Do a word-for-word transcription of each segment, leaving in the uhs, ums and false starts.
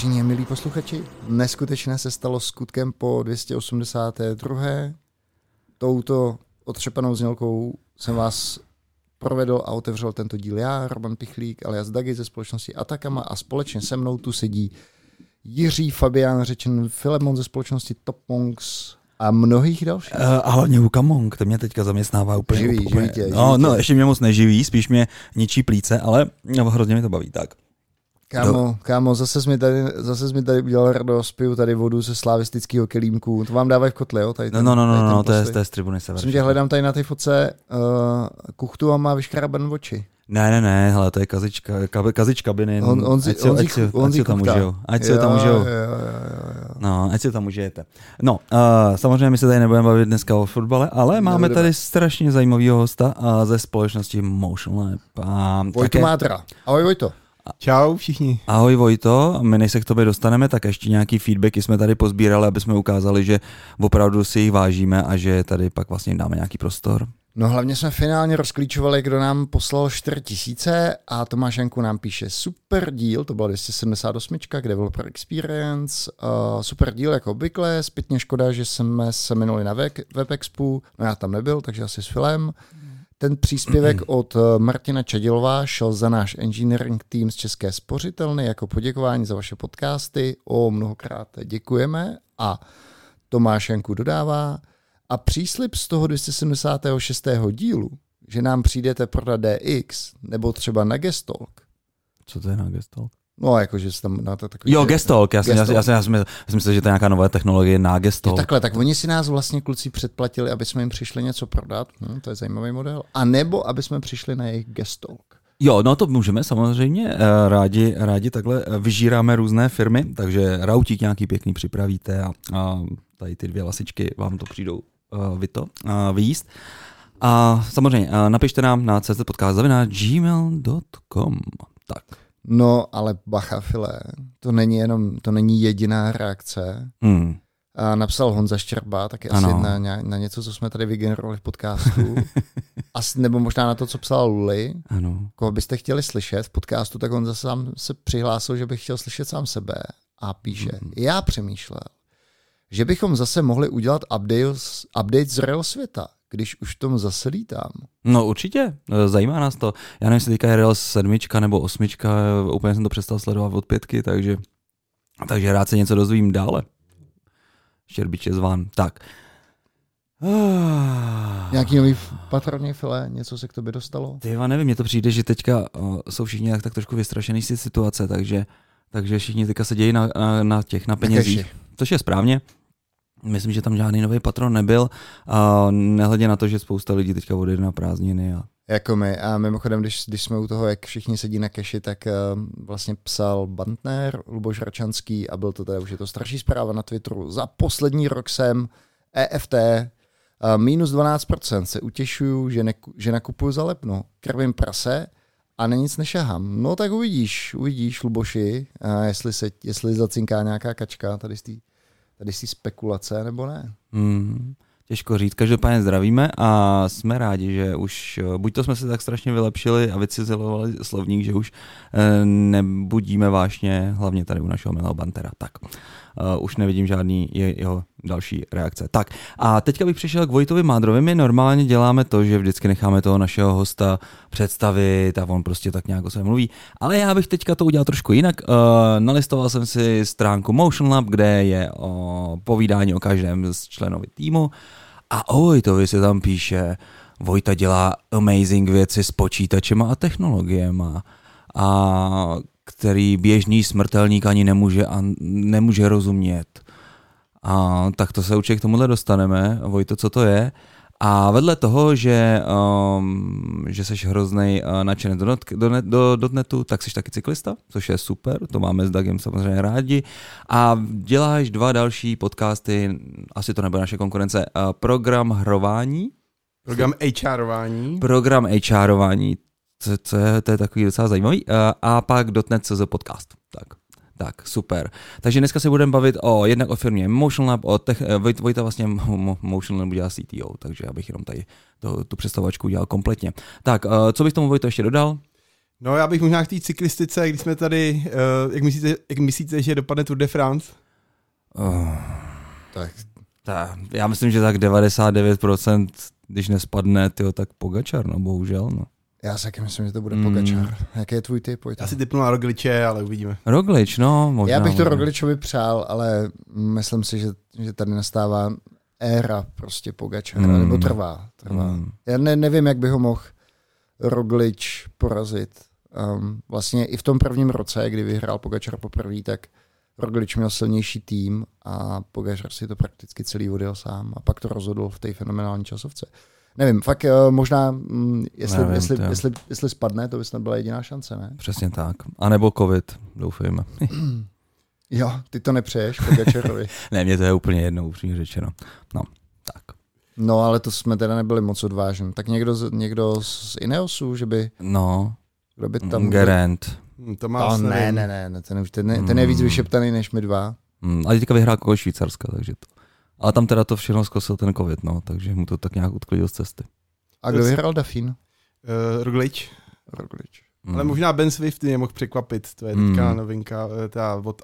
Vážení a milí posluchači, neskutečné se stalo skutkem po dvě stě osmdesáté druhé Touto otřepanou znělkou jsem vás provedl a otevřel tento díl já, Roman Pichlík, alias Dagi ze společnosti Atakama, a společně se mnou tu sedí Jiří Fabián, řečen Filemon ze společnosti Top Monks a mnohých dalších. Uh, a hlavně Luka Monk, to mě teďka zaměstnává úplně. Živí, úplně. živí tě, živí no, tě. no, ještě mě moc neživí, spíš mě ničí plíce, ale no, hrozně mi to baví, tak. Kámo, kámo, zase jsi mi tady, zase jsi mi tady udělal radost, piju tady vodu ze slavistického kelímku. To vám dávají v kotli, jo? Tady ten, no, no, no, tady no, to je, to je z tribuny sever. Myslím, že hledám tady na té fotce uh, kuchtu a má vyškrábané oči. Ne, ne, ne, hele, to je kazička, kazič kabiny. On, on, ať si, on, ať si, on, ať si tam užijou. Ať si ho tam užijou. No, ať si tam užijete. No, uh, samozřejmě my se tady nebudeme bavit dneska o fotbale, ale máme Nebudeme. tady strašně zajímavého hosta uh, ze společnosti Motion Lab. Uh, Vojto také... Mádra. Ahoj Vojto. Čau všichni. Ahoj Vojto, my než se k tobě dostaneme, tak ještě nějaký feedbacky jsme tady pozbírali, aby jsme ukázali, že opravdu si jich vážíme a že tady pak vlastně dáme nějaký prostor. No hlavně jsme finálně rozklíčovali, kdo nám poslal čtyři tisíce a Tomáš Janku nám píše super díl, to byla dvě stě sedmdesát osm, Developer Experience, uh, super díl jako obvykle, zpětně škoda, že jsme se minuli na WebExpu, no já tam nebyl, takže asi s filmem. Ten příspěvek od Martina Čadilová šel za náš engineering tým z České spořitelny jako poděkování za vaše podcasty. O, mnohokrát děkujeme. A Tomáš Janku dodává, a příslib z toho dvě stě sedmdesát šest dílu, že nám přijdete prodat D X nebo třeba na Gestalk. Co to je na Gestalk? No, jakože jsi tam na to takový... Jo, Gestalk, já jsem, já, jsem, já, jsem, já jsem myslel, že to je nějaká nová technologie na Gestalk. Je takhle, tak oni si nás vlastně kluci předplatili, aby jsme jim přišli něco prodat, hm, to je zajímavý model, a nebo aby jsme přišli na jejich Gestalk. Jo, no to můžeme samozřejmě, rádi, rádi takhle vyžíráme různé firmy, takže rautík nějaký pěkný připravíte a, a tady ty dvě lasičky vám to přijdou uh, vy to, uh, vyjíst. A samozřejmě uh, napište nám na czpodcast zavináč gmail tečka com. Tak. No, ale bacha, File, to není jenom, to není jediná reakce. Hmm. A napsal Honza Štěrba, taky asi na, na něco, co jsme tady vygenerovali v podcastu. As, nebo možná na to, co psala Luli. Ano. Koho byste chtěli slyšet v podcastu, tak on zase sám se přihlásil, že bych chtěl slyšet sám sebe. A píše, hmm. já přemýšlel, že bychom zase mohli udělat update, update z real světa, když už v tom zase lítám. No určitě, zajímá nás to. Já nevím, jestli teďka je real sedmička nebo osmička, úplně jsem to přestal sledovat od pětky, takže, takže rád se něco dozvím dále. Štěrbič je zván. Tak. Nějaký nový patroně, File, něco se k tobě dostalo? Tyva, nevím, mně to přijde, že teďka uh, jsou všichni tak, tak trošku vystrašený z té situace, takže, takže všichni teďka se dějí na, na, na těch, na penězích, což je správně. Myslím, že tam žádný nový patron nebyl, a nehledě na to, že spousta lidí teďka odjede na prázdniny. A... Jako my. A mimochodem, když, když jsme u toho, jak všichni sedí na keši, tak uh, vlastně psal Bantner, Luboš Račanský, a byl to teda, už je to starší zpráva na Twitteru. Za poslední rok jsem E F T uh, minus dvanáct procent se utěšuju, že, ne, že nakupuju za lepno. Krvím prase a na nic nešahám. No tak uvidíš, uvidíš, Luboši, uh, jestli, se, jestli zacinká nějaká kačka tady z té tady z té spekulace, nebo ne. Hmm. Těžko říct, každopádně zdravíme a jsme rádi, že už, buď to jsme se tak strašně vylepšili a vycizelovali slovník, že už e, nebudíme vášně, hlavně tady u našeho milého Bantera. Tak, e, už nevidím žádný je, jeho další reakce. Tak, a teďka bych přišel k Vojtovi Mádrovi. My normálně děláme to, že vždycky necháme toho našeho hosta představit a on prostě tak nějak o sebe mluví. Ale já bych teďka to udělal trošku jinak. E, nalistoval jsem si stránku Motion Lab, kde je o povídání o každém z členovi týmu. A o Vojtovi se tam píše, Vojta dělá amazing věci s počítačema a technologiema, a který běžný smrtelník ani nemůže, a nemůže rozumět. A tak to se určitě k tomuhle dostaneme. Vojto, co to je? A vedle toho, že, um, že jsi hroznej uh, nadšený do, do, do, do netu, tak jsi taky cyklista, což je super, to máme s Dagem samozřejmě rádi. A děláš dva další podcasty, asi to nebude naše konkurence, uh, program hrování. Program HRování. Program HRování, co, co je, to je takový docela zajímavý. Uh, a pak .net tečka cé zet podcast. Tak. Tak, super. Takže dneska se budeme bavit o jednak o firmě Motion Lab, o tech, Vojta vlastně Motion Lab dělá C T O, takže já bych jenom tady to, tu představovačku udělal kompletně. Tak, co bych tomu Vojto ještě dodal? No já bych možná k té cyklistice, když jsme tady, uh, jak, myslíte, jak myslíte, že dopadne Tour de France? Oh, Tak. ta, já myslím, že tak devadesát devět procent, když nespadne, tyjo, tak Pogačar, no bohužel. No. Já si taky myslím, že to bude Mm. Pogačar. Jaký je tvůj tip? Já si typnu na Rogliče, ale uvidíme. Roglič, no možná. Já bych to možná. Rogličovi přál, ale myslím si, že, že tady nastává éra prostě Pogačara, Mm. nebo trvá. trvá. Mm. Já ne, nevím, jak by ho mohl Roglič porazit. Um, vlastně i v tom prvním roce, kdy vyhrál Pogačar poprvé, tak Roglič měl silnější tým a Pogačar si to prakticky celý odjel sám a pak to rozhodl v té fenomenální časovce. Nevím, fakt uh, možná, mm, jestli, Nevím, jestli, to je- jestli, jestli spadne, to by snad byla jediná šance, ne? Přesně tak. A nebo covid, doufejme. Jo, ty to nepřeješ Pogačarovi. Ne, mě to je úplně jedno, upřímně řečeno. No, tak. No, ale to jsme teda nebyli moc odvážní. Tak někdo z, někdo z Ineosu, že by, No, kdo by tam... Gerent. Hm, to má Oh, asi ne, nevím. ne, ne, ne, ten, už- ten, je- ten je víc Mm. vyšeptaný než my dva. Hmm, ale teďka vyhrál kolo Švýcarska, takže to. Ale tam teda to všechno zkosil ten covid, no, takže mu to tak nějak odklidil z cesty. A kdo vyhrál Dafín? Uh, Roglič. Roglič. Hmm. Ale možná Ben Swift mě mohl překvapit, to je teďka Mm. novinka eh, ta od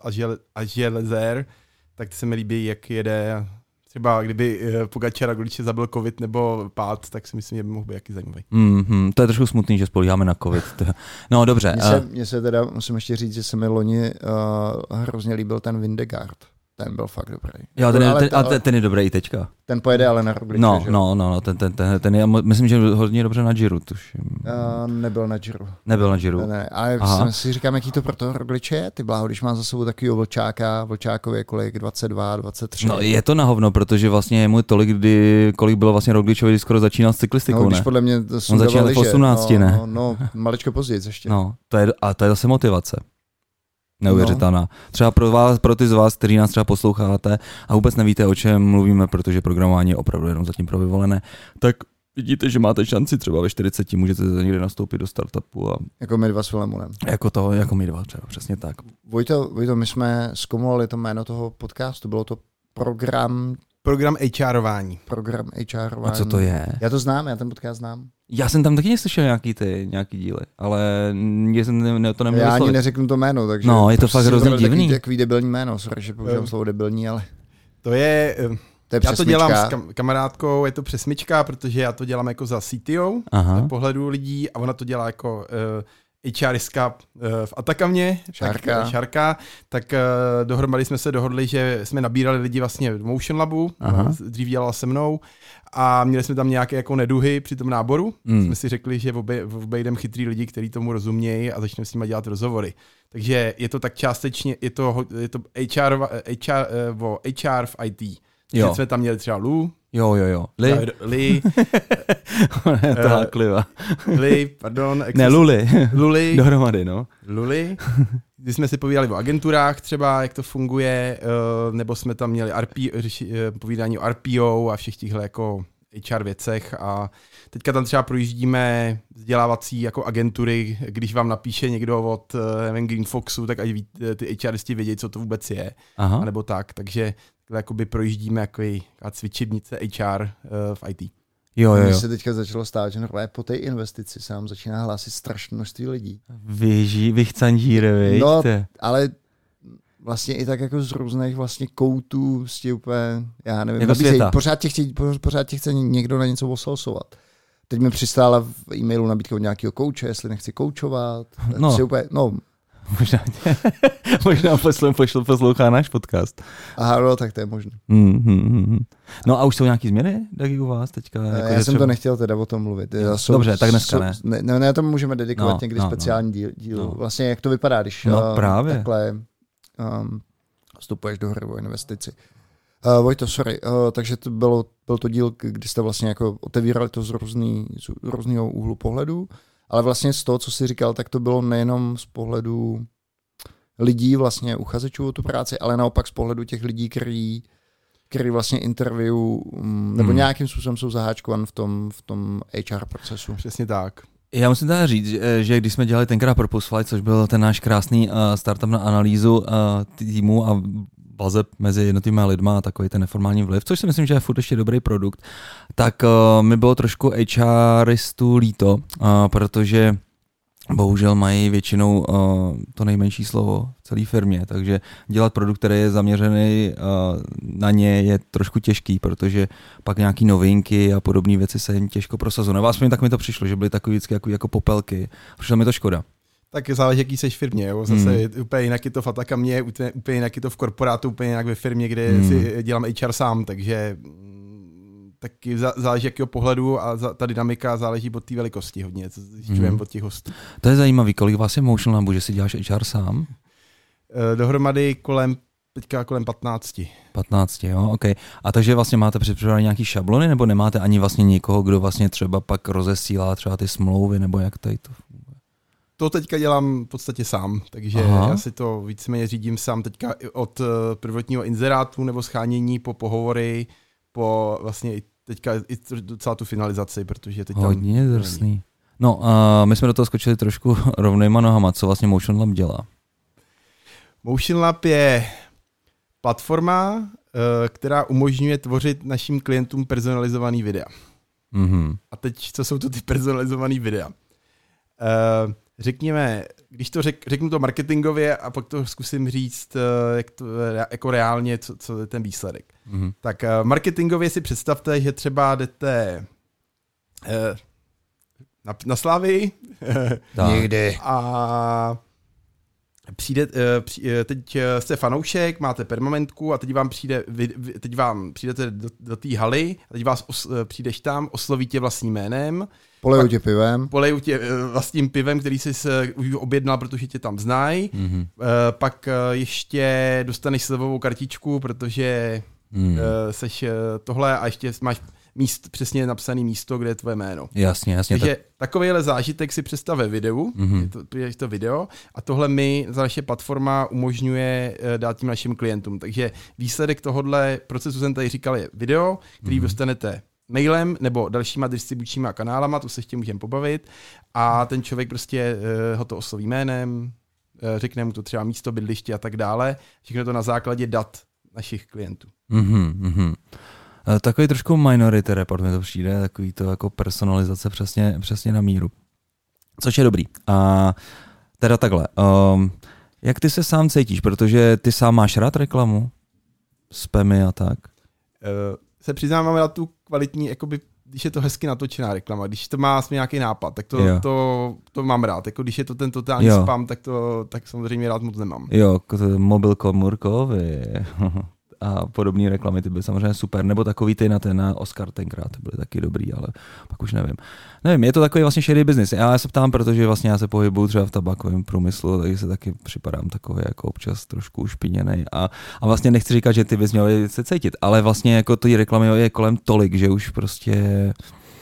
Agile, tak to se mi líbí, jak jede. Třeba kdyby eh, Pogačar a Rogliče zabil covid nebo pád, tak si myslím, že by mohl být jaký zajímavý. Mm-hmm, to je trošku smutný, že spolíháme na covid. To je- No dobře. Mně Uh, se, mně se teda, musím ještě říct, že se mi loni uh, hrozně líbil ten Vindegaard. Ten byl fakt dobrý. jo, ten, je, ale ten, to- a ten, ten je dobrý i teďka. ten pojede ale na Rogliče, No, že? no, no, no ten, ten, ten, ten je, myslím, že hodně dobře na Giro, tuším. Uh, nebyl na Giro. Nebyl na Giro. Ne, ne, ale Aha. jsem si říkám, jaký to pro toho Rogliče je, ty bláho, když má za sebou takovýho vlčáka, vlčákově kolik, dvacet dva, dvacet tři. No je to na hovno, protože vlastně je mu tolik, kdy, kolik bylo vlastně Rogličovi, když skoro začínal s cyklistikou, no, když ne? podle mě to sundával začínal v lyže. osmnácti, no, ne? No, no, maličko později ještě. No, to je, a to je zase motivace. Neuvěřitelná. No. Třeba pro vás, pro ty z vás, kteří nás třeba posloucháte a vůbec nevíte, o čem mluvíme, protože programování je opravdu jenom zatím pro vyvolené, tak vidíte, že máte šanci třeba ve čtyřiceti, můžete někde nastoupit do startupu a Jako my dva s Filemonem. jako to, jako my dva třeba, přesně tak. Vojto, Vojto, my jsme zkomulovali to jméno toho podcastu, bylo to program, Program HRování. program H R. A co to je? Já to znám, já ten podcast znám. Já jsem tam taky neslyšel nějaký ty, nějaký díly, ale mě jsem ne, ne, to neměl Já ani vyslovit. neřeknu to jméno, takže... No, je to prostě fakt si hrozně vybrali divný. Takový, takový debilní jméno, sorry, že používám Um. slovo debilní, ale To je, eh, to je já to dělám s přesmička. kam, kamarádkou, je to přesmička, protože já to dělám jako za C T O, Aha. z pohledu lidí, a ona to dělá jako uh, HRistka uh, v Atakamě, Šárka. tak, Šárka, tak uh, dohromady jsme se dohodli, že jsme nabírali lidi vlastně v Motion Labu, Aha. uh, dřív dělala se mnou, a měli jsme tam nějaké jako neduhy při tom náboru. Mm. Jsme si řekli, že obej, obejdem chytrý lidi, kteří tomu rozumějí, a začneme s nimi dělat rozhovory. Takže je to tak částečně, je to, ho- je to H R, H R, uh, o H R v I T. Jo. Že jsme tam měli třeba Lu, Jo, jo, jo. Li? Li, Li, to Eh, háklivá. Li, pardon, Ne, Luli. Luli, Dohromady, no. Luli, kdy jsme si povídali o agenturách třeba, jak to funguje, eh, nebo jsme tam měli R P, řeši, eh, povídání o R P O a všech těchto jako H R věcech, a teďka tam třeba projíždíme vzdělávací jako agentury, když vám napíše někdo od eh, nevím, Green Foxu, tak ať ví, ty HRisti vědí, co to vůbec je, Aha. nebo tak, takže takhle jakoby projíždíme jako cvičebnice H R eh, v I T. Jo, jo, Mně jo. se teďka začalo stát, že normálně po té investici se nám začíná hlásit strašné množství lidí. Vyží, vychcandíre, viď? No, ale vlastně i tak jako z různých vlastně koutů, prostě úplně, já nevím, Jako nabízejí, světa. pořád tě, chtějí, pořád tě chce někdo na něco osalsovat. Teď mi přistála v e-mailu nabídka od nějakého kouče, jestli nechci koučovat. No. No. Úplně, no, Možná, možná poslou, pošlu, poslouchá náš podcast. aha, no, tak to je možné. Hmm, hmm, hmm. No a už jsou nějaký změny, taky u vás teďka? Jako, Já že jsem třeba- to nechtěl teda o tom mluvit. Já Jsou, Dobře, tak dneska jsou, ne. Ne, ne, ne, to můžeme dedikovat No, někdy no, speciální díl. díl. no. Vlastně jak to vypadá, když No, uh, právě. takhle um, vstupuješ do hry o investici. Uh, Vojto, sorry, uh, takže to bylo, byl to díl, kdy jste vlastně jako otevírali to z, různý, z různého úhlu pohledu, ale vlastně z toho, co jsi říkal, tak to bylo nejenom z pohledu lidí, vlastně uchazečů o tu práci, ale naopak z pohledu těch lidí, který, který vlastně interview um, nebo Hmm. nějakým způsobem jsou zaháčkovan v tom, v tom H R procesu. Přesně tak. Já musím teda říct, že- že když jsme dělali tenkrát Purpose Flight, což byl ten náš krásný uh, startup na analýzu uh, týmu a vazeb mezi jednotlivými lidma a takový ten neformální vliv, což si myslím, že je furt ještě dobrý produkt, tak uh, mi bylo trošku HRistů líto, uh, protože bohužel mají většinou uh, to nejmenší slovo v celé firmě, takže dělat produkt, který je zaměřený uh, na ně, je trošku těžký, protože pak nějaký novinky a podobné věci se jim těžko prosazují. Nebo aspoň tak mi to přišlo, že byly takový vždycky jako, jako popelky. Přišlo mi to škoda. Tak záleží, jaký seš v firmě. Jo? Zase hmm. úplně jinak je to v Atakamě, úplně jinak je to v korporátu, úplně jinak ve firmě, kde hmm. si dělám H R sám, takže taky záleží jakého pohledu a ta dynamika záleží od té velikosti hodně, co zjišťujeme hmm. od těch hostů. To je zajímavý, kolik vás je Motion Labu, že si děláš H R sám? Dohromady kolem, teďka kolem patnáct. patnáct, jo, ok. A takže vlastně máte připravené nějaký šablony, nebo nemáte ani vlastně nikoho, kdo vlastně třeba pak rozesílá třeba ty smlouvy, nebo jak tady to funguje? To teďka dělám v podstatě sám, takže Aha. já si to víceméně řídím sám teďka od prvotního inzerátu nebo schánění po pohovory, po vlastně teďka i docela tu finalizaci, protože teď tam... Hodně drsný. No a my jsme do toho skočili trošku rovnýma nohama. Co vlastně Motion Lab dělá? Motion Lab je platforma, která umožňuje tvořit našim klientům personalizovaný videa. Mm-hmm. A teď, co jsou to ty personalizovaný videa? Řekněme, když to řek, řeknu to marketingově a pak to zkusím říct jak to, jako reálně, co, co je ten výsledek. Mm-hmm. Tak marketingově si představte, že třeba jdete na, na Slavii někdy a přijde, teď jste fanoušek, máte permanentku a teď vám přijde, teď vám přijdete do, do té haly a teď vás os, přijdeš tam, osloví tě vlastním jménem. Poleju tě pivem. Poleju tě vlastním pivem, který jsi už objednal, protože tě tam znají. Mm-hmm. Pak ještě dostaneš slevovou kartičku, protože mm. seš tohle a ještě máš míst, přesně napsané místo, kde je tvoje jméno. Jasně, jasně. Takže tak... takovýhle zážitek si představ ve videu, mm-hmm. je, to, je to video, a tohle my, za naše platforma umožňuje dát tím našim klientům. Takže výsledek tohohle procesu jsem tady říkal je video, který mm-hmm. dostanete mailem nebo dalšíma distribučníma kanálama, to se ještě můžeme pobavit, a ten člověk prostě uh, ho to osloví jménem, uh, řekne mu to třeba místo, bydliště a tak dále, všechno to na základě dat našich klientů. Mm-hmm, mm-hmm. Takový trošku minority report mi to přijde, takový to jako personalizace přesně, přesně na míru. Což je dobrý. A teda takhle, um, jak ty se sám cítíš, protože ty sám máš rád reklamu, spamy a tak? Uh, se přiznám, máme na tu kvalitní, jakoby, když je to hezky natočená reklama, když to má nějaký nápad, tak to, to, to mám rád. Jako, když je to ten totální jo. spam, tak to tak samozřejmě rád moc nemám. Jo, mobil komůrkový a podobné reklamy, ty byly samozřejmě super, nebo takový ty na ten na Oscar tenkrát, ty byly taky dobrý, ale pak už nevím. Nevím, je to takový vlastně shady business. Já se ptám, protože vlastně já se pohybuju třeba v tabákovém průmyslu, takže se taky připadám takový jako občas trošku ušpiněnej a, a vlastně nechci říkat, že ty bys měl se cítit, ale vlastně jako ty reklamy je kolem tolik, že už prostě je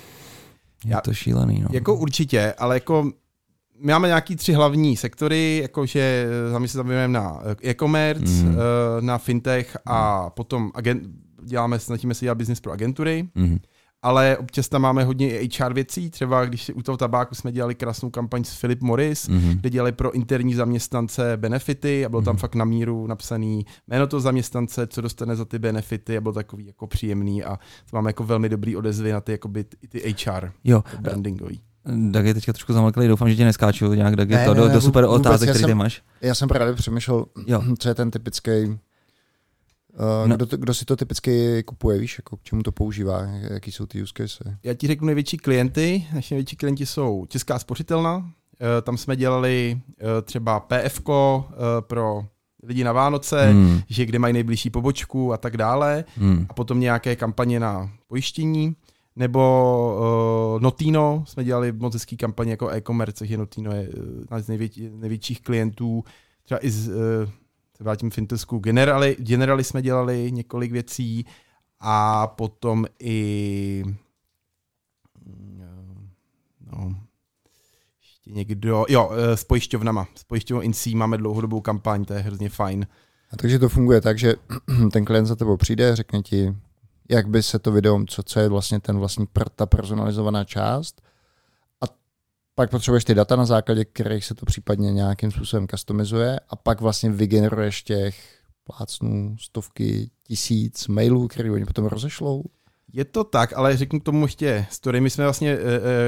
já, to šílený. No. Jako určitě, ale jako my máme nějaký tři hlavní sektory, jakože my se zaměřujeme na e-commerce, mm. na fintech a potom agent, děláme, snažíme se dělat business pro agentury, mm. ale občas tam máme hodně H R věcí, třeba když u toho tabáku jsme dělali krásnou kampaň s Philip Morris, mm. kde dělali pro interní zaměstnance benefity a bylo mm. tam fakt na míru napsaný jméno toho zaměstnance, co dostane za ty benefity a bylo takový jako příjemný a máme jako velmi dobrý odezvy na ty, jakoby, ty H R jo. brandingový. Tak je teďka trošku zamlklý, doufám, že tě neskáču nějak, tak je to ne, do, ne, do super vůbec, otázek, který ty máš. Já jsem právě přemýšlel, jo. co je ten typický, uh, no. kdo, to, kdo si to typicky kupuje, víš, jako k čemu to používá, jaký jsou ty use cases. Já ti řeknu největší klienty, naši největší klienti jsou Česká spořitelna, uh, tam jsme dělali uh, třeba P F ko uh, pro lidi na Vánoce, hmm. že kde mají nejbližší pobočku a tak dále, hmm. a potom nějaké kampaně na pojištění. Nebo uh, Notino, jsme dělali moc hezký kampaně jako e-commerce, takže Notino je uh, z největší, největších klientů, třeba i z, uh, se vrátím Fintesku, Generali, Generali jsme dělali několik věcí a potom i uh, no, ještě někdo, jo, uh, s pojišťovnama, s pojišťovnou Incí máme dlouhodobou kampaň, to je hrozně fajn. A takže to funguje tak, že ten klient za tebou přijde, řekne ti, jak by se to video, co, co je vlastně ten vlastní pr, ta personalizovaná část, a pak potřebuješ ty data, na základě kterých se to případně nějakým způsobem customizuje, a pak vlastně vygeneruješ těch plácnů stovky tisíc mailů, které oni potom rozešlou. Je to tak, ale řeknu k tomu ještě story. My jsme vlastně e, e,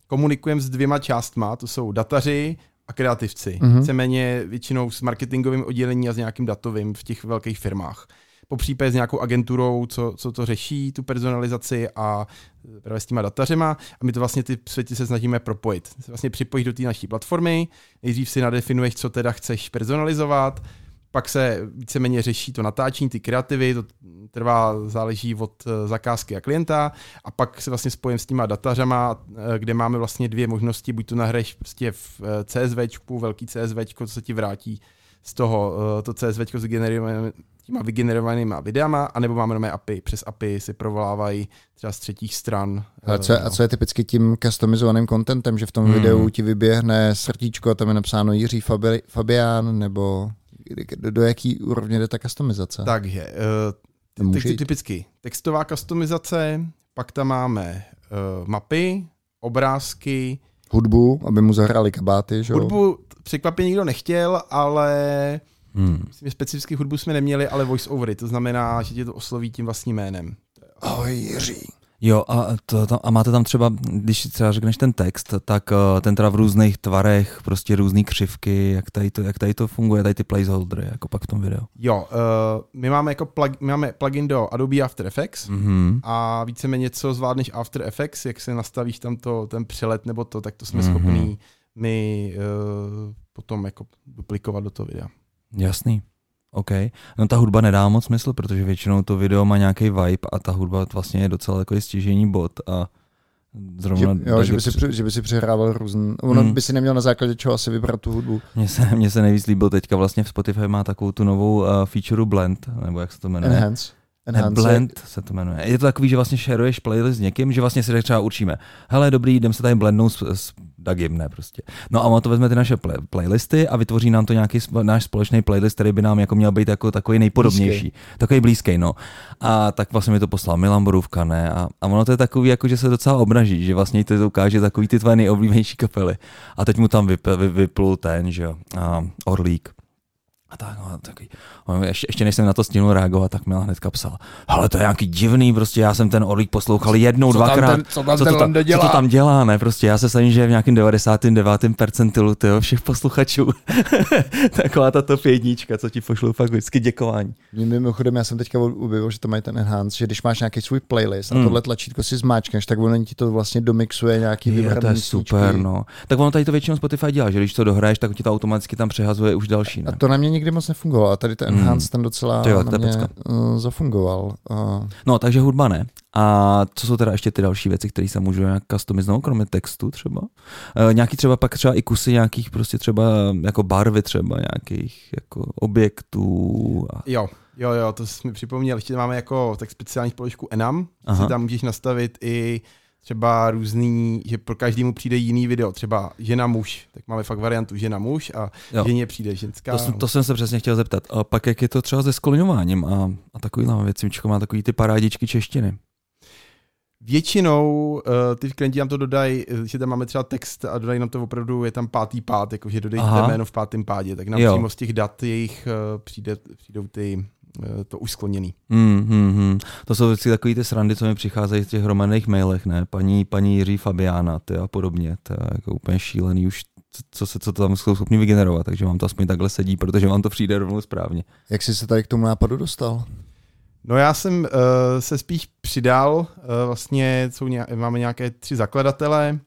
komunikujeme s dvěma částma, to jsou dataři a kreativci. Mm-hmm. Víceméně většinou s marketingovým oddělením a s nějakým datovým v těch velkých firmách. Po případě s nějakou agenturou, co, co to řeší, tu personalizaci a právě s těma datařema. A my to vlastně ty světy se snažíme propojit. Se vlastně připojit do té naší platformy, nejdřív si nadefinuješ, co teda chceš personalizovat, pak se víceméně řeší to natáčení, ty kreativy, to trvá, záleží od zakázky a klienta a pak se vlastně spojím s těma datařama, kde máme vlastně dvě možnosti, buď to nahraješ prostě v CSVčku, velký CSVčko, co se ti vrátí z toho, to CSVčko s těma vygenerovanýma videama, anebo máme nové A P I. Přes A P I si provolávají třeba z třetích stran. A co, je, a co je typicky tím customizovaným contentem, že v tom hmm. videu ti vyběhne srdíčko a tam je napsáno Jiří Fabi, Fabián, nebo do, do jaký úrovně jde ta customizace? Takže, uh, ty, ty, typicky textová customizace, pak tam máme uh, mapy, obrázky, hudbu, aby mu zahráli kabáty, že jo? Hudbu překvapně nikdo nechtěl, ale Hmm. myslím, specificky hudbu jsme neměli, ale voice overy, to znamená, že tě to osloví tím vlastním jménem. Ahoj Jiří. Jo, a, to, to, a máte tam třeba, když třeba řekneš ten text, tak uh, ten teda v různých tvarech, prostě různý křivky, jak tady to, jak tady to funguje, tady ty placeholdery, jako pak v tom videu. Jo, uh, my máme jako plug, my máme plugin do Adobe After Effects mm-hmm. a víceméně co zvládneš After Effects, jak se nastavíš tam to, ten přelet nebo to, tak to jsme mm-hmm. schopní my uh, potom jako duplikovat do toho videa. Jasný. OK. No ta hudba nedá moc smysl, protože většinou to video má nějaký vibe a ta hudba vlastně je docela takový stěžejní bod a zrovna... Že, jo, že by, si, že by si přehrával různý... Ono hmm. by si neměl na základě čeho asi vybrat tu hudbu. Mně se, mně se nejvíc líbil teďka vlastně v Spotify má takovou tu novou uh, feature Blend, nebo jak se to jmenuje? Enhance. Ne, Blend se to jmenuje. Je to takový, že vlastně sharuješ playlist s někým, že vlastně si třeba určíme, hele dobrý, jdem se tady blendnout s, s Dagim, ne prostě. No a on to vezme ty naše play, playlisty a vytvoří nám to nějaký náš společný playlist, který by nám jako měl být jako takový nejpodobnější. Blízký. Takový blízký, no. A tak vlastně mi to poslal Milan Borůvka, ne? A, a ono to je takový, jako že se docela obnaží, že vlastně to, to ukáže takový ty tvoje nejoblíbenější kapely. A teď mu tam vyp, vy, vyplul ten, že jo, Orlík. A tak, no, takový. Ještě, ještě než jsem na to stihnul reagovat, tak Milan hnedka psal, hele, to je nějaký divný, prostě já jsem ten Orlík poslouchal jednou, co dvakrát, ten, co, tam co, to tam, co to tam dělá, ne, prostě já se stavím, že je v nějakým devadesátém devátém percentilu, tyjo, všech posluchačů. Taková ta top jednička, co ti pošlou fakt vždycky děkování. Mimochodem, já jsem teďka objevil, že to mají ten enhance, že když máš nějaký svůj playlist a mm. tohle tlačítko si zmáčkneš, tak ono ti to vlastně domixuje nějaký vybraný. To je super, no. Tak ono tady to většinou Spotify dělá, že když to dohraješ, tak ti to automaticky tam přehazuje už další, ne? A to na mě nikdy moc nefungovalo a tady ten enhance mm. ten docela jo, na mě uh, zafungoval. Uh. No, takže hudba ne. A co jsou teda ještě ty další věci, které se můžou nějak customizovat, kromě textu třeba? Uh, nějaký třeba pak třeba i kusy nějakých prostě třeba jako barvy třeba nějakých jako objektů. A... Jo, jo, jo, to jsi mi připomněl. Ještě máme jako tak speciální položku Enam, si tam můžeš nastavit i třeba různý, že pro každému přijde jiný video, třeba žena muž, tak máme fakt variantu žena muž a jo. ženě přijde ženská. To, to jsem se přesně chtěl zeptat. A pak jak je to třeba se skloňováním a, a takovýhle věci, má takový ty parádičky češtiny? Většinou uh, ty klienti nám to dodají, že tam máme třeba text a dodají nám to opravdu, je tam pátý pád, jakože dodejte jméno v pátém pádě, tak nám jo. přímo z těch dat jejich uh, přijde, přijdou ty to už skloněný. Hmm, hmm, hmm. To jsou vždycky takový ty srandy, co mi přicházejí v těch hromadných mailech, ne? Paní, paní Jiří Fabiána, ty a podobně. To je jako úplně šílený už, co se co to tam jsou schopni vygenerovat, takže vám to aspoň takhle sedí, protože vám to přijde rovnou správně. Jak jsi se tady k tomu nápadu dostal? No já jsem uh, se spíš přidal, uh, vlastně jsou nějak, máme nějaké tři zakladatele,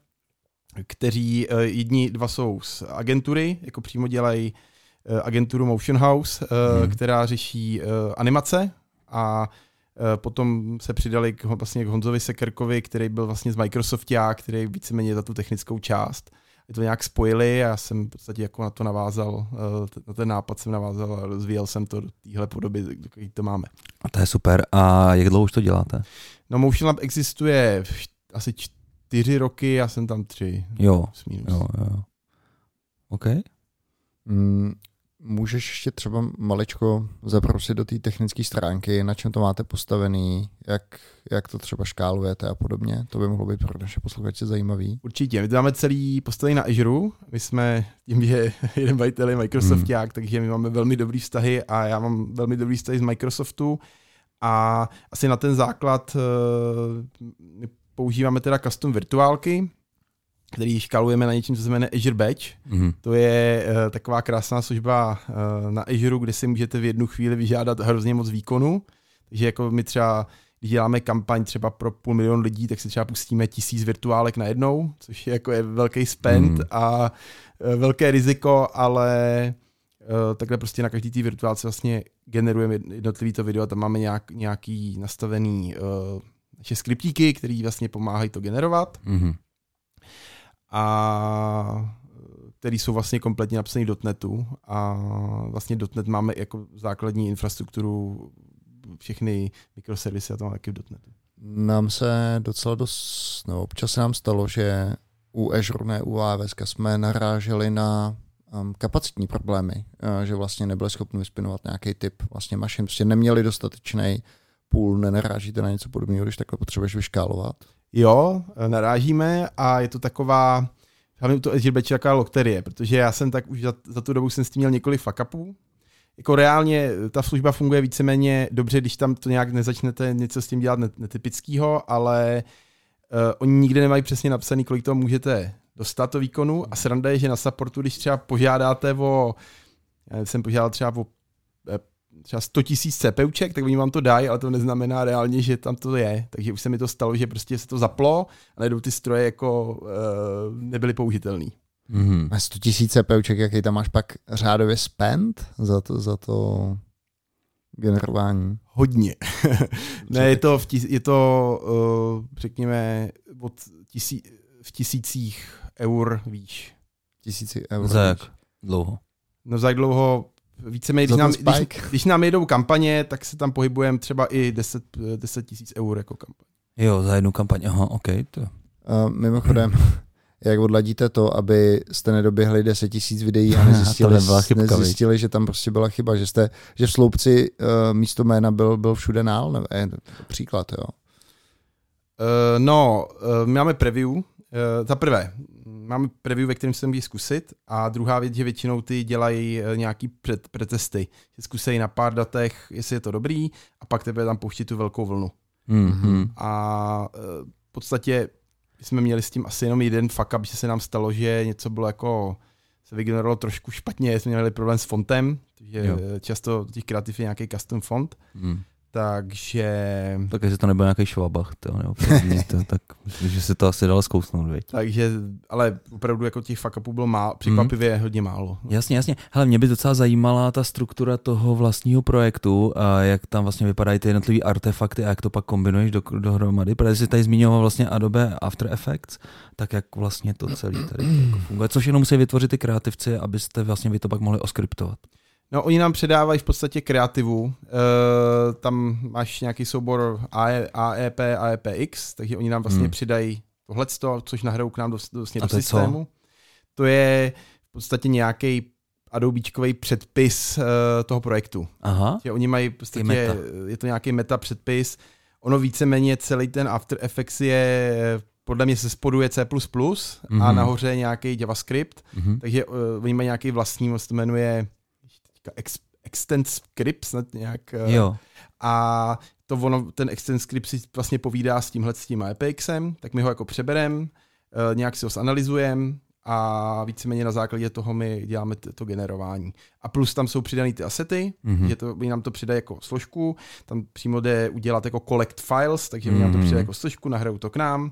kteří uh, jedni, dva jsou z agentury, jako přímo dělají agenturu Motion House, hmm. která řeší animace a potom se přidali k, vlastně k Honzovi Sekerkovi, který byl vlastně z Microsoftia, který víceméně za tu technickou část. Je to nějak spojili a já jsem v podstatě jako na to navázal, na ten nápad jsem navázal a rozvíjel jsem to do téhle podoby, do které to máme. A to je super. A jak dlouho už to děláte? No Motion Lab existuje asi čtyři roky, já jsem tam tři. Jo, jo, jo. OK. Mm. Můžeš ještě třeba maličko zabrousit do té technické stránky, na čem to máte postavený, jak, jak to třeba škálujete a podobně. To by mohlo být pro naše posluchače zajímavý. Určitě. My to máme celý postavený na Azure. My jsme tím, že jeden majitel je Microsofták, hmm. takže my máme velmi dobrý vztahy a já mám velmi dobrý vztahy z Microsoftu a asi na ten základ uh, používáme teda custom virtuálky, který škálujeme na něčím, co se jmenuje Azure Batch. Mm-hmm. To je uh, taková krásná služba uh, na Azure, kde si můžete v jednu chvíli vyžádat hrozně moc výkonu. Takže jako my třeba, když děláme kampaň třeba pro půl milion lidí, tak si třeba pustíme tisíc virtuálek najednou, což je jako je velký spend mm. a uh, velké riziko, ale uh, takhle prostě na každý té virtuálce vlastně generujeme jednotlivý to video, tam máme nějak, nějaký nastavený uh, naše skriptíky, které vlastně pomáhají to generovat. Mm-hmm. A který jsou vlastně kompletně napsaný do .netu a vlastně .net máme jako základní infrastrukturu, všechny mikroservisy a to máme taky v .netu. Nám se docela dost, no občas se nám stalo, že u Azure, ne u A W S jsme naráželi na um, kapacitní problémy, uh, že vlastně nebyli schopni vyspinovat nějaký typ vlastně mašin, prostě neměli dostatečný půl, nenarážíte na něco podobného, když takhle potřebuješ vyškálovat? Jo, narážíme a je to taková, hlavně to Azure Batch je taková lokterie, protože já jsem tak už za, za tu dobu jsem s tím měl několik fuck-upů. Jako reálně ta služba funguje víceméně dobře, když tam to nějak nezačnete něco s tím dělat netypického, ale uh, oni nikdy nemají přesně napsaný, kolik toho můžete dostat to výkonu a sranda je, že na supportu, když třeba požádáte o, já jsem požádal třeba o třeba sto tisíc CPUček, tak oni vám to dají, ale to neznamená reálně, že tam to je. Takže už se mi to stalo, že prostě se to zaplo a najednou ty stroje jako uh, nebyly použitelný. Mm-hmm. A sto tisíc CPUček, jaký tam máš pak řádově spend za to, za to generování? Hodně. Ne, je to, v tis, je to uh, řekněme, od tisí, v tisících eur výš. Tisíci eur. Za jak dlouho? No za jak dlouho víceméně, když nám, když, když nám jedou kampaně, tak se tam pohybujeme třeba i deset tisíc eur jako kampaň. Jo, za jednu kampaň, aha, ok. To. Uh, mimochodem, jak odladíte to, aby jste nedoběhli deset tisíc videí a nezjistili, chybka, nezjistili že tam prostě byla chyba, že jste, že v sloupci uh, místo jména byl, byl všude nál, ne, je příklad, jo? Uh, no, uh, máme preview, uh, za prvé, máme preview, ve kterém se může zkusit a druhá věc, že většinou ty dělají nějaký před, pretesty. Že zkusejí na pár datech, jestli je to dobrý a pak tebe tam pouští tu velkou vlnu. Mm-hmm. A v podstatě jsme měli s tím asi jenom jeden fuck up, že se nám stalo, že něco bylo jako, se vygenerovalo trošku špatně, jsme měli problém s fontem, takže jo. Často těch kreativ je nějaký custom font. Mm. Takže... Tak jestli to nebyl nějaký švabach, to, nebo to, tak myslím, že se to asi dalo zkousnout, viď? Takže, ale opravdu jako těch fuck-upů bylo málo, překvapivě mm. hodně málo. Jasně, jasně. Hele, mě by docela zajímala ta struktura toho vlastního projektu a jak tam vlastně vypadají ty jednotlivé artefakty a jak to pak kombinuješ do, dohromady. Protože jsi tady zmiňoval vlastně Adobe After Effects, tak jak vlastně to celé tady jako funguje. Což jenom musí vytvořit ty kreativci, abyste vlastně vy to pak mohli oskriptovat. No, oni nám předávají v podstatě kreativu. Uh, tam máš nějaký soubor A E P, A E P X, takže oni nám vlastně hmm. přidají tohleto, což nahrajou k nám do, do, vlastně do systému. Co? To je v podstatě nějaký Adobečkový předpis uh, toho projektu. Aha. Že oni mají v podstatě, je to nějaký meta předpis. Ono víceméně celý ten After Effects je, podle mě se spoduje C plus plus mm-hmm. a nahoře je nějaký JavaScript, mm-hmm. takže uh, oni mají nějaký vlastní, co se jmenuje Ex, extend script nějak. Jo. A to ono, ten extend script si vlastně povídá s tímhle s tím APXem, tak my ho jako přeberem, nějak si ho zanalizujeme a víceméně na základě toho my děláme t- to generování. A plus tam jsou přidané ty asety, mm-hmm. že to, oni nám to přidají jako složku, tam přímo jde udělat jako collect files, takže mm-hmm. oni nám to přidají jako složku, nahrajou to k nám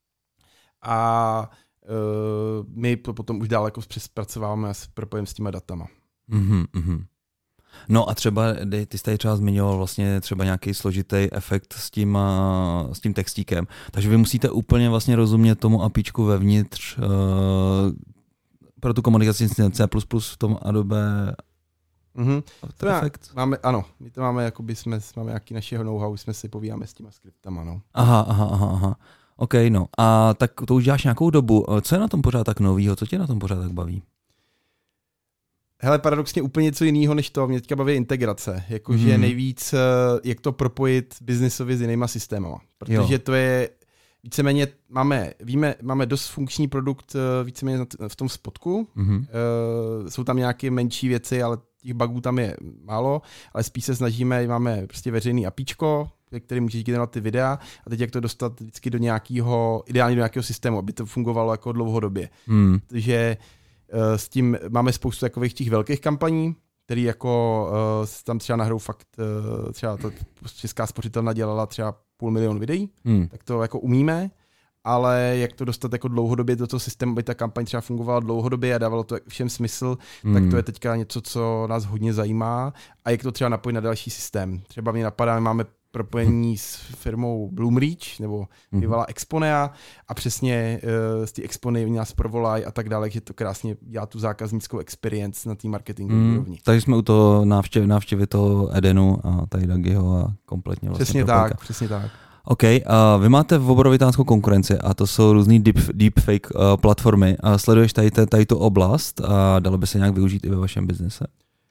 a uh, my to potom už dál jako přespracováváme a propojíme s těma datama. Mm-hmm, mm-hmm. No a třeba, ty jsi tady třeba zmiňoval vlastně třeba nějaký složitý efekt s tím, uh, s tím textíkem, takže vy musíte úplně vlastně rozumět tomu APIčku vevnitř uh, pro tu komunikaci s C plus plus v tom Adobe mm-hmm. After Effects. Máme, ano, my to máme, jakoby jsme, máme nějaký našeho know-how, jsme si povídáme s těma skriptama, no. Aha, aha, aha, aha. OK, no. A tak to už děláš nějakou dobu. Co je na tom pořád tak novýho? Co tě na tom pořád tak baví? Hele, paradoxně úplně něco jiného než to. Mě teďka baví integrace. Jakože mm. nejvíc, jak to propojit biznisově s jinýma systémama. Protože jo. to je víceméně, máme, víme, máme dost funkční produkt víceméně v tom spodku. Mm. Jsou tam nějaké menší věci, ale těch bugů tam je málo. Ale spíš se snažíme, máme prostě veřejný APIčko, který můžeš generovat ty videa a teď jak to dostat vždycky do nějakého, ideálně do nějakého systému, aby to fungovalo jako dlouhodobě. Hmm. Takže s tím máme spoustu takových těch velkých kampaní, který jako uh, tam třeba nahrou fakt, uh, třeba to Česká spořitelna dělala třeba půl milion videí, hmm. tak to jako umíme, ale jak to dostat jako dlouhodobě do toho systému, aby ta kampaň třeba fungovala dlouhodobě a dávalo to všem smysl, hmm. tak to je teďka něco, co nás hodně zajímá a jak to třeba napojit na další systém. Třeba mě napadá, máme propojení s firmou Bloomreach nebo bývalá Exponea a přesně uh, z té Expony nás provolají a tak dále, že to krásně dělá tu zákaznickou experience na té marketingové mm, úrovni. Takže jsme u toho návštěvy, návštěvy toho Edenu a tady Dagiho a kompletně vlastně Přesně propojka. tak, přesně tak. OK, uh, vy máte v obrovitánskou konkurenci a to jsou různý deep, deepfake uh, platformy. Uh, sleduješ tady, tady tu oblast a dalo by se nějak využít i ve vašem biznise?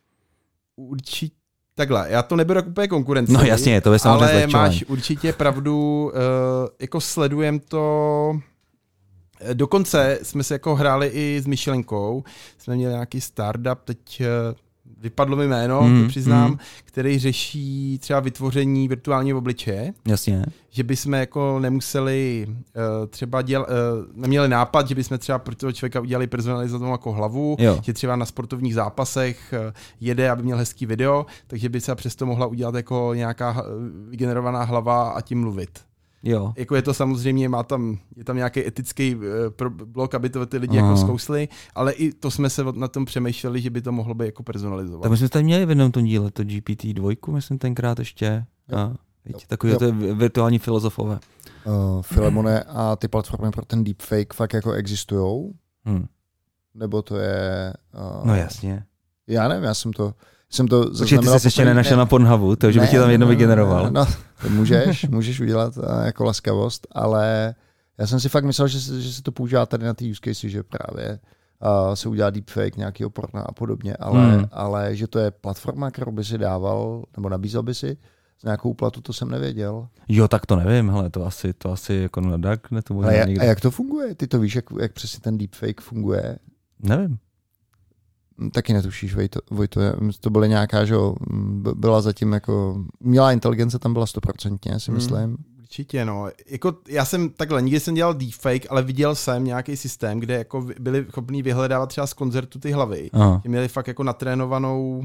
Určitě. Takhle, já to neberu jako úplně konkurenci. No jasně, to je samozřejmě ale zlehčování. Máš určitě pravdu, uh, jako sledujem to, dokonce jsme se jako hráli i s myšlenkou, jsme měli nějaký startup, teď uh, vypadlo mi jméno, mm, to přiznám, mm. který řeší třeba vytvoření virtuálního obličeje. Jasně. Že bychom jako nemuseli uh, třeba děl, uh, neměli nápad, že bychom třeba pro toho člověka udělali personalizovanou jako hlavu, jo. Že třeba na sportovních zápasech uh, jede, aby měl hezký video, takže by se přesto mohla udělat jako nějaká vygenerovaná hlava a tím mluvit. Jo. Jako je to samozřejmě, má tam, je tam nějaký etický uh, blok, aby to ty lidi Aha. jako zkousli, ale i to jsme se na tom přemýšleli, že by to mohlo být jako personalizovat. Tak my jsme tady měli v jednom tom díle to G P T dva, myslím tenkrát ještě. A, víte, takový to je virtuální filozofové. Uh, Filemone, a ty platformy pro ten deepfake fakt jako existujou? Hmm. Nebo to je... Uh, no jasně. Já nevím, já jsem to... Jsem to Určitě ty jsi ještě nenašel na Pornhubu, takže bych ti tam jedno vygeneroval. No, to můžeš, můžeš udělat jako laskavost, ale já jsem si fakt myslel, že, že se to používá tady na ty use case, že právě uh, se udělá deepfake, nějaký porna a podobně, ale, hmm. ale že to je platforma, kterou by si dával, nebo nabízel by si z nějakou úplatu, to jsem nevěděl. Jo, tak to nevím, hele, to asi, to asi jako na Darknetu možná a, někde. A jak to funguje? Ty to víš, jak, jak přesně ten deepfake funguje? Nevím. Taky netušíš, Vojto, Vojto, to byla nějaká, že byla zatím jako, umělá inteligence tam byla stoprocentně, si myslím. Hmm, určitě, no. Jako, já jsem takhle, nikdy jsem dělal deepfake, ale viděl jsem nějaký systém, kde jako byli schopní vyhledávat třeba z koncertu ty hlavy. Aha. Měli fakt jako natrénovanou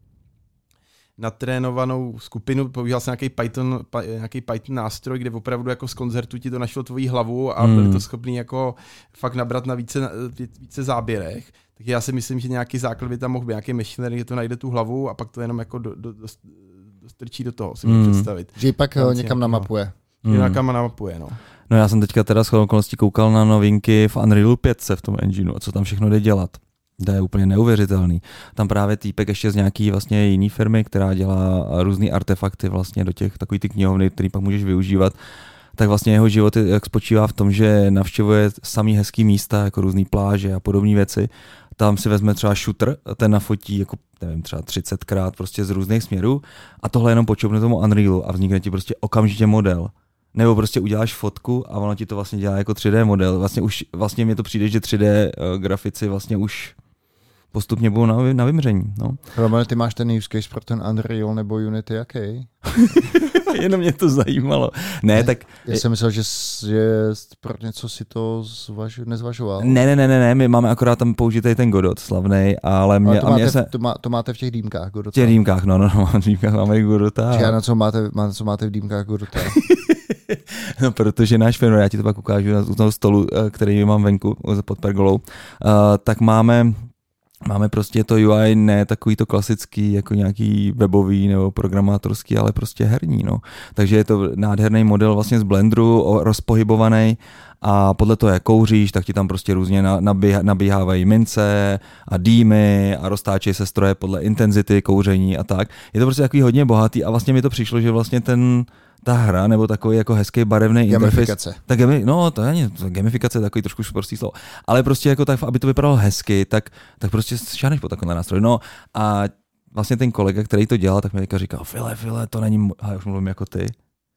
natrénovanou skupinu, používal jsem nějaký Python, nějaký Python nástroj, kde opravdu jako z koncertu ti to našlo tvoji hlavu a hmm. byli to schopní jako fakt nabrat na více, více záběrech. Tak já si myslím, že nějaký základ by tam mohl být, nějaký machine learning, že to najde tu hlavu a pak to jenom jako do, do, do, dostrčí do toho, si můžu mm. představit. Že ji pak Tam někam namapuje. Mm. Někam namapuje, no. No já jsem teďka teda shodou okolností koukal na novinky v Unreal pět v tom engineu a co tam všechno jde dělat. To je úplně neuvěřitelný. Tam právě týpek ještě z nějaký vlastně jiný firmy, která dělá různý artefakty vlastně do těch takových ty knihovny, který pak můžeš využívat. Tak vlastně jeho život jak spočívá v tom, že navštěvuje samý hezký místa, jako různý pláže a podobné věci. Tam si vezme třeba shooter, ten nafotí jako, nevím, třeba třicetkrát prostě z různých směrů a tohle jenom počupne tomu Unrealu a vznikne ti prostě okamžitě model. Nebo prostě uděláš fotku a ono ti to vlastně dělá jako tři dé model. Vlastně už vlastně mi to přijde, že tři dé uh, grafici vlastně už postupně budou na, na vymření. No. Romane, ty máš ten use case pro ten Unreal nebo Unity jaký? Jenom mě to zajímalo. Ne, ne tak... Já jsem myslel, že, že pro něco si to zvaž, nezvažoval. Ne, ne, ne, ne, my máme akorát tam použitý ten Godot slavnej, ale mě... Ale to, a mě máte, se... to, má, to máte v těch dýmkách Godota. V těch dýmkách, no, no, no, v dýmkách máme Godota. Čiže na co máte, na co máte v dýmkách Godota? No, protože náš firma, já ti to pak ukážu na toho stolu, který mám venku pod pergolou, uh, tak máme... Máme prostě to U I ne takový to klasický, jako nějaký webový nebo programátorský, ale prostě herní, no. Takže je to nádherný model vlastně z Blenderu, rozpohybovaný a podle toho, jak kouříš, tak ti tam prostě různě nabíhá, nabíhávají mince a dýmy a roztáčejí se stroje podle intenzity kouření a tak. Je to prostě takový hodně bohatý a vlastně mi to přišlo, že vlastně ten ta hra, nebo takový jako hezký barevný gamifikace. interface. Tak gami, no, to není, gamifikace je takový trošku prostý slovo. Ale prostě jako tak, aby to vypadalo hezky, tak, tak prostě šáneš po takovém nástroji. No a vlastně ten kolega, který to dělal, tak mi říkal, File, File, to není, a už mluvím jako ty.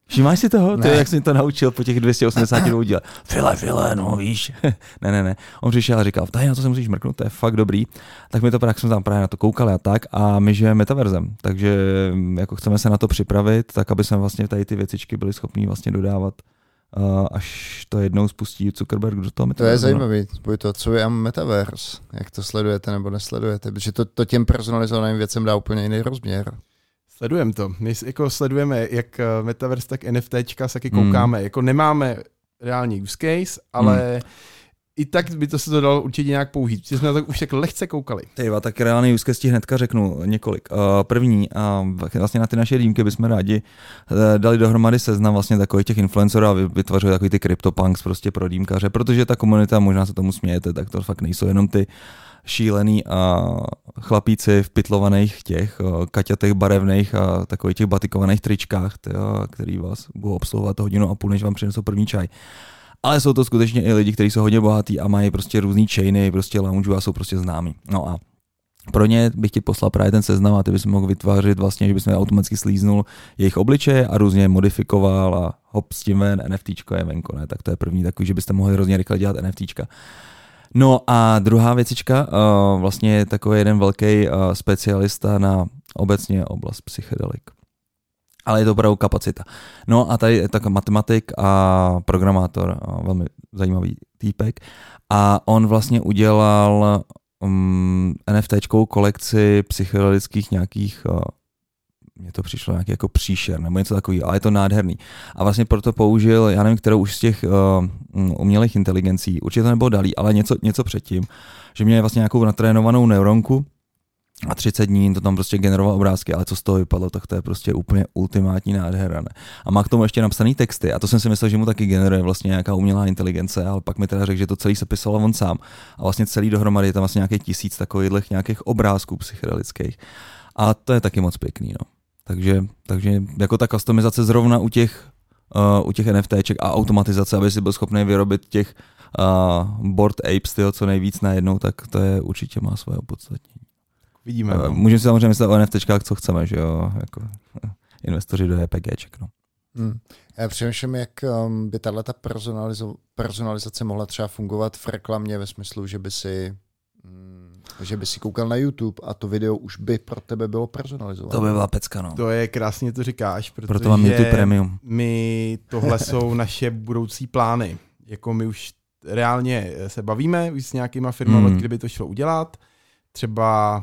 Všimáš si toho? Ty, jak jsi mi to naučil po těch dvě stě osmdesáti dvou dílech. File, file, no víš. ne, ne, ne. On přišel a říkal, tady na to se musíš mrknout, to je fakt dobrý. Tak my to právě, jsme tam právě na to koukali a tak a my žijeme metaverzem. Takže jako chceme se na to připravit, tak aby jsme vlastně tady ty věcičky byli schopní vlastně dodávat, uh, až to jednou spustí Zuckerberg do toho metaverzu. To je zajímavý, to, co je metaverse, jak to sledujete nebo nesledujete, protože to, to těm personalizovaným věcem dá úplně jiný rozměr. Sledujeme to. My jako sledujeme jak Metaverse, tak NFTčka, taky koukáme. Mm. Jako nemáme reální use case, ale mm. i tak by to se to dalo určitě nějak použít. Protože jsme na to už tak lehce koukali. Tyva, tak reálný use case ti hnedka řeknu několik. Uh, první, uh, vlastně na ty naše dýmky bychom rádi uh, dali dohromady seznam vlastně takových těch influencerů a vytvořili takový ty CryptoPunks prostě pro dýmkaře, protože ta komunita, možná se tomu smějete, tak to fakt nejsou jenom ty šílený a chlapíci v pytlovaných těch kaťatých barevných a takových těch batikovaných tričkách, tyjo, který vás budou obsluhovat hodinu a půl, než vám přinesou první čaj. Ale jsou to skutečně i lidi, kteří jsou hodně bohatí a mají prostě různý chainy, prostě lounge a jsou prostě známí. No a pro ně bych ti poslal právě ten seznam a ty bys mohl vytvářet vlastně, že bys mi automaticky slíznul jejich obličeje a různě modifikoval a hop s tím ven, NFTčko je venko, ne? Tak to je první takový, že byste mohli hrozně rychle dělat NFTčka. No a druhá věcička, uh, vlastně je takový jeden velký uh, specialista na obecně oblast psychedelik. Ale je to opravdu kapacita. No a tady je takový matematik a programátor, uh, velmi zajímavý týpek. A on vlastně udělal um, NFTčkou kolekci psychedelických nějakých, uh, mně to přišlo nějaký jako příšer nebo něco takového, ale je to nádherný. A vlastně proto použil, já nevím, kterou už z těch uh, umělých inteligencí, určitě to nebylo Dalí, ale něco, něco předtím, že měl vlastně nějakou natrénovanou neuronku a třicet dní to tam prostě generoval obrázky, ale co z toho vypadlo, tak to je prostě úplně ultimátní nádhera. Ne? A má k tomu ještě napsaný texty a to jsem si myslel, že mu taky generuje vlastně nějaká umělá inteligence, ale pak mi teda řekl, že to celý se pisoval on sám. A vlastně celý dohromady je tam vlastně nějakých tisíc takových nějakých obrázků psychedelických. A to je taky moc pěkný, no. Takže, takže jako ta customizace zrovna u těch, uh, u těch NFTček a automatizace, aby si byl schopný vyrobit těch uh, bored apes tyho, co nejvíc najednou, tak to je určitě má svoje opodstatnění. Vidíme. Uh, můžeme si samozřejmě myslet o NFTčkách, co chceme, že jo, jako uh, investoři do EPGček, no. Hmm. Já přemýšlím, jak um, by tato personalizo- personalizace mohla třeba fungovat v reklamě ve smyslu, že by si že by si koukal na YouTube a to video už by pro tebe bylo personalizované. To by byla pecka, no. To je krásně, to říkáš, protože proto mám YouTube Premium. My, tohle jsou naše budoucí plány. Jako my už reálně se bavíme už s nějakýma firmami, mm. kdyby to šlo udělat. Třeba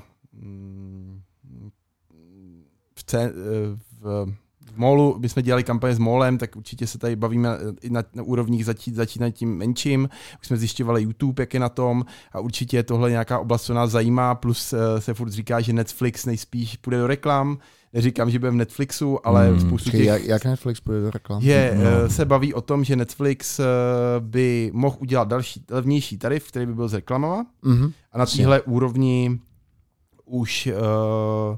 v, C, v v Molu, my jsme dělali kampaně s Molem, tak určitě se tady bavíme i na, na úrovních začít, začínat tím menším. Už jsme zjišťovali YouTube, jak je na tom a určitě je tohle nějaká oblast, co nás zajímá, plus se furt říká, že Netflix nejspíš půjde do reklam. Neříkám, že bude v Netflixu, ale hmm, spoustu těch... Jak, jak Netflix půjde do reklam? Je, no. Se baví o tom, že Netflix by mohl udělat další levnější tarif, který by byl s reklamama mm-hmm. a na téhle úrovni už... Uh,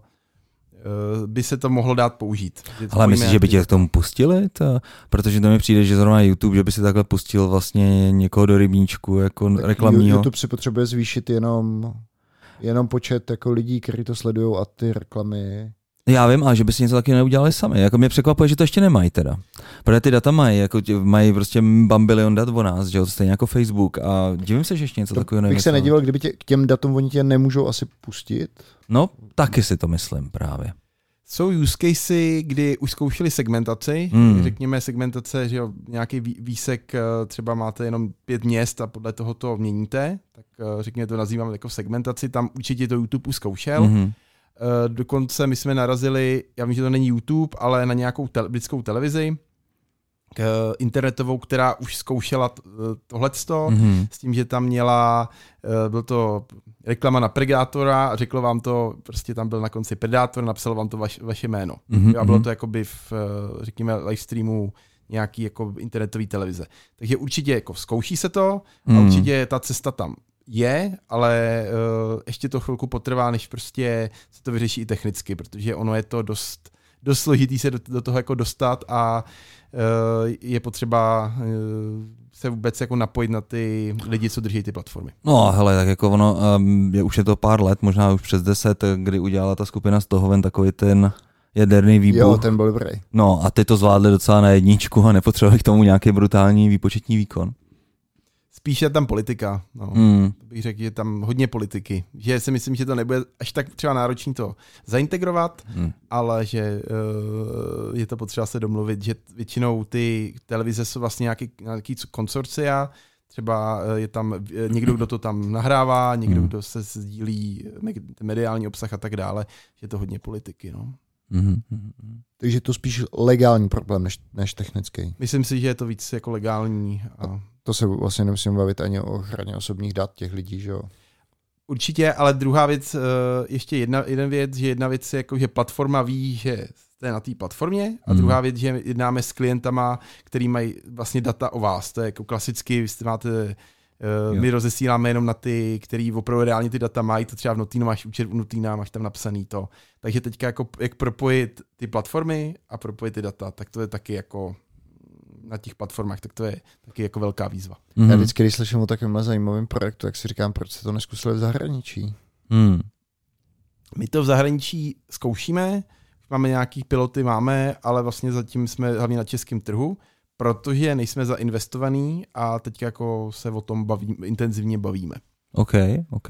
by se to mohlo dát použít. Ale myslíš, že by tě k tomu pustili? To? Protože to mi přijde, že zrovna YouTube, že by si takhle pustil vlastně někoho do rybníčku jako tak reklamního. YouTube si potřebuje zvýšit jenom, jenom počet jako lidí, kteří to sledují a ty reklamy. Já vím, ale že by si něco taky neudělali sami. Jako mě překvapuje, že to ještě nemají teda. Protože ty data mají, jako tě, mají prostě bambilion dat o nás, že jo, stejně jako Facebook a divím se, že ještě něco takového nevím. Bych se nedíval, kdyby tě, k těm datům oni tě nemůžou asi pustit. No, taky si to myslím právě. Jsou use casey, kdy už zkoušeli segmentaci, hmm. řekněme segmentace, že jo, nějaký výsek, třeba máte jenom pět měst a podle toho to měníte, tak řekněme to nazýváme jako segmentaci, tam určitě to YouTube už zkoušel. Hmm. Dokonce my jsme narazili, já vím, že to není YouTube, ale na nějakou te- britskou televizi, internetovou, která už zkoušela tohleto, mm-hmm. s tím, že tam měla, byl to reklama na Predátora a řeklo vám to, prostě tam byl na konci Predátor, napsalo vám to vaš, vaše jméno. Mm-hmm. A bylo to jakoby v, řekněme, live streamu nějaký jako internetový televize. Takže určitě jako zkouší se to mm. a určitě ta cesta tam je, ale uh, ještě to chvilku potrvá, než prostě se to vyřeší i technicky, protože ono je to dost, dost složitý se do, do toho jako dostat a uh, je potřeba uh, se vůbec jako napojit na ty lidi, co drží ty platformy. No hele, tak jako ono, um, je, už je to pár let, možná už přes deset, kdy udělala ta skupina z toho ven takový ten jaderný výbuch. Jo, ten byl dobrý. No a ty to zvládli docela na jedničku a nepotřebovali k tomu nějaký brutální výpočetní výkon. Spíš je tam politika. No. Mm. To bych řekl, že je tam hodně politiky. Že si myslím, že to nebude až tak třeba náročný to zaintegrovat, mm. ale že uh, je to potřeba se domluvit, že většinou ty televize jsou vlastně nějaký, nějaký konsorcia, třeba je tam někdo, kdo to tam nahrává, někdo, mm. kdo se sdílí mediální obsah a tak dále, že je to hodně politiky. No. Mm-hmm. Takže to spíš legální problém než, než technický. Myslím si, že je to víc jako legální. A... To se vlastně nemusím bavit ani o ochraně osobních dat těch lidí, že jo? Určitě, ale druhá věc, ještě jedna, jedna věc, že jedna věc je jako, že platforma ví, že jste na té platformě a mm. druhá věc, že jednáme s klientama, který mají vlastně data o vás. To je jako klasicky, vy jste máte, uh, my rozesíláme jenom na ty, který opravdu reálně ty data mají, to třeba v Notinu máš účet v Notina, máš tam napsaný to. Takže teďka jako, jak propojit ty platformy a propojit ty data, tak to je taky jako na těch platformách, tak to je taky jako velká výzva. Mm. Já vždycky, když slyším o takovémhle zajímavém projektu, tak si říkám, proč se to neskusili v zahraničí. Mm. My to v zahraničí zkoušíme, máme nějaký piloty, máme, ale vlastně zatím jsme hlavně na českém trhu, protože nejsme zainvestovaní a teď jako se o tom baví, intenzivně bavíme. OK, OK.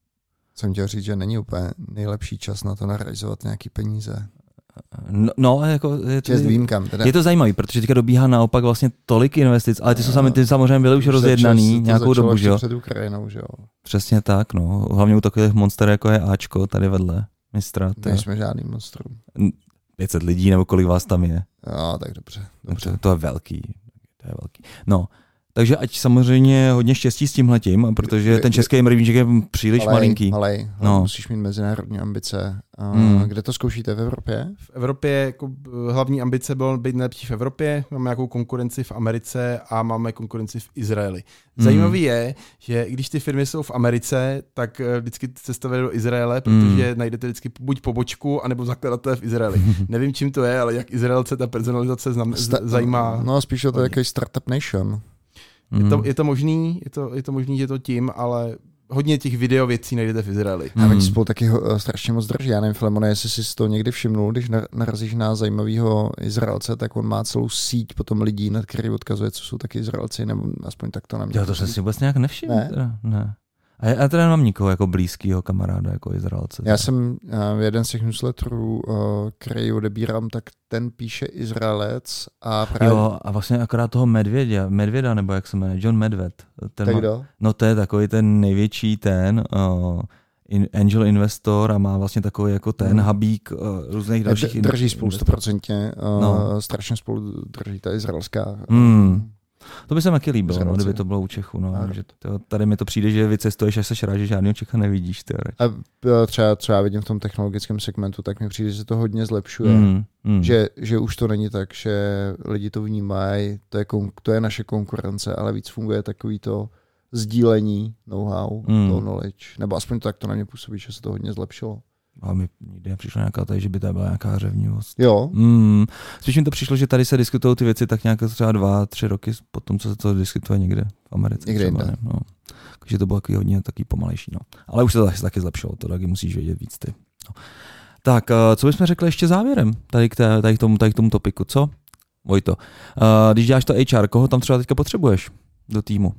Jsem chtěl říct, že není úplně nejlepší čas na to narealizovat nějaký peníze. No, no jako je to, výjimkám, teda. Je to zajímavý, protože teďka dobíhá naopak vlastně tolik investic, ale ty jsou sami, ty samozřejmě byly už rozjednaný nějakou dobu, že jo? Před Ukrajinou, že jo? Přesně tak, no. Hlavně u takových monster, jako je Ačko, tady vedle mistra. Nejsme žádný monstrum. pět set lidí, nebo kolik vás tam je. No, tak dobře. dobře. To, to je velký. To je velký. No, takže ať samozřejmě hodně štěstí s tímhletím, protože ten český rybníček je příliš malej, malinký. Malej, no. Musíš mít mezinárodní ambice. Hmm. Kde to zkoušíte, v Evropě? V Evropě jako hlavní ambice bylo být nejlepší v Evropě, máme nějakou konkurenci v Americe a máme konkurenci v Izraeli. Zajímavý hmm. je, že když ty firmy jsou v Americe, tak vždycky cestujete do Izraele, protože hmm. najdete vždycky buď pobočku, anebo zakladatele v Izraeli. Nevím, čím to je, ale jak Izraelce ta personalizace znam, Sta- zajímá. No spíš o to jaký startup nation. Je to, je to možný, je to, je to možný, že je to tím, ale hodně těch video věcí najdete v Izraeli. A oni spolu taky ho, strašně moc drží. Já nevím, Filemone, jestli jsi to někdy všimnul, když narazíš na zajímavého Izraelce, tak on má celou síť potom lidí, na který odkazuje, co jsou taky Izraelci, nebo aspoň tak to na mě. Jo, to jsem si vůbec nějak nevšiml. Ne. Teda. Ne. A já teda nemám nikoho jako blízkýho kamaráda, jako Izraelce. Já jsem uh, jeden z těch newsletterů, uh, který odebírám, tak ten píše Izraelec a právě... Jo, a vlastně akorát toho Medvěda, Medvěda, nebo jak se jmenuje, John Medved. Ten tak má, kdo? No to je takový ten největší ten uh, in, angel investor a má vlastně takový jako ten hmm. hubík uh, různých dalších... D- drží spolu stoprocentně, uh, no. strašně spolu drží ta izraelská... Hmm. To by se mi taky líbilo, no, kdyby to bylo u Čechu. No, že to, tady mi to přijde, že vycestuješ, až seš rád, že žádného Čecha nevidíš. A třeba, co já vidím v tom technologickém segmentu, tak mi přijde, že se to hodně zlepšuje. Mm, mm. Že, že už to není tak, že lidi to vnímají, to je, to je naše konkurence, ale víc funguje takový to sdílení know-how, mm. toho knowledge. Nebo aspoň tak to na mě působí, že se to hodně zlepšilo. A mi nikdy nepřišlo nějaká tady, že by to byla nějaká řevnivost. Jo. Mm, spíš mi to přišlo, že tady se diskutují ty věci tak nějak třeba dva, tři roky po tom, co se to diskutuje někde v Americe. Někde třeba, no. Takže to bylo takový hodně taky pomalejší. No. Ale už se to taky, taky zlepšilo, to taky musíš vědět víc ty. No. Tak, co bychom řekli ještě závěrem tady k, té, tady k, tomu, tady k tomu topiku, co? Vojto, když děláš to H R, koho tam třeba teďka potřebuješ do týmu?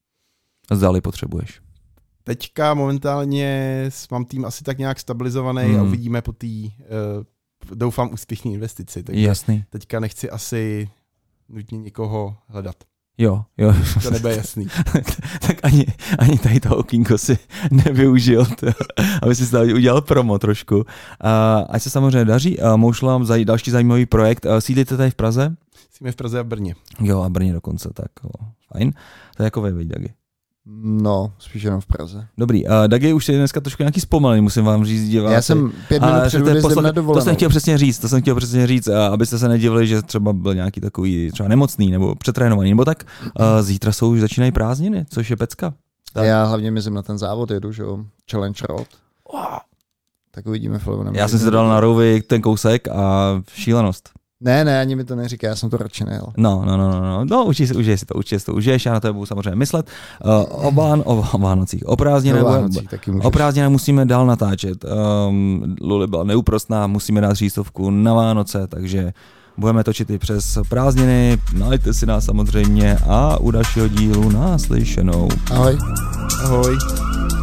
Zdali potřebuješ. Teďka momentálně mám tým asi tak nějak stabilizovaný hmm. a uvidíme po té, uh, doufám, úspěšné investici. Takže jasný. Teďka nechci asi nutně někoho hledat. Jo, jo. To nebude jasný. Tak ani, ani tady to okýnko si nevyužil, to, aby si tady udělal promo trošku. Uh, ať se samozřejmě daří. Uh, Moušlám za další zajímavý projekt. Uh, sídlíte tady v Praze? Jsme v Praze a Brně. Jo, a Brně dokonce, tak oh, fajn. To je jako vy, Dagi. No, spíš jenom v Praze. Dobrý, uh, Dagi už je dneska trošku nějaký zpomalý, musím vám říct, diváci. Já jsem pět minut před odjezdem na dovolenou. To jsem chtěl přesně říct, to jsem chtěl přesně říct, uh, abyste se nedivili, že třeba byl nějaký takový třeba nemocný nebo přetrénovaný, nebo tak. Uh, zítra jsou už začínají prázdniny, což je pecka. Tak. Já hlavně mizím na ten závod, jedu, že jo, Challenge Road. Wow. Tak uvidíme, Filemone. Já jsem si to dal na rouvy ten kousek a šílenost. Ne, ne, ani mi to neříká, já jsem to radši nejel. No, no, no, no, no, no užij si, užij si to, určitě si to užiješ, já na to budu samozřejmě myslet. Uh, o, Ván, o, o Vánocích, o prázdninách, o prázdninách musíme dál natáčet. Um, Luli byla neúprostná, musíme dát řízovku na Vánoce, takže budeme točit i přes prázdniny, najďte si nás samozřejmě a u dalšího dílu naslyšenou. Ahoj. Ahoj.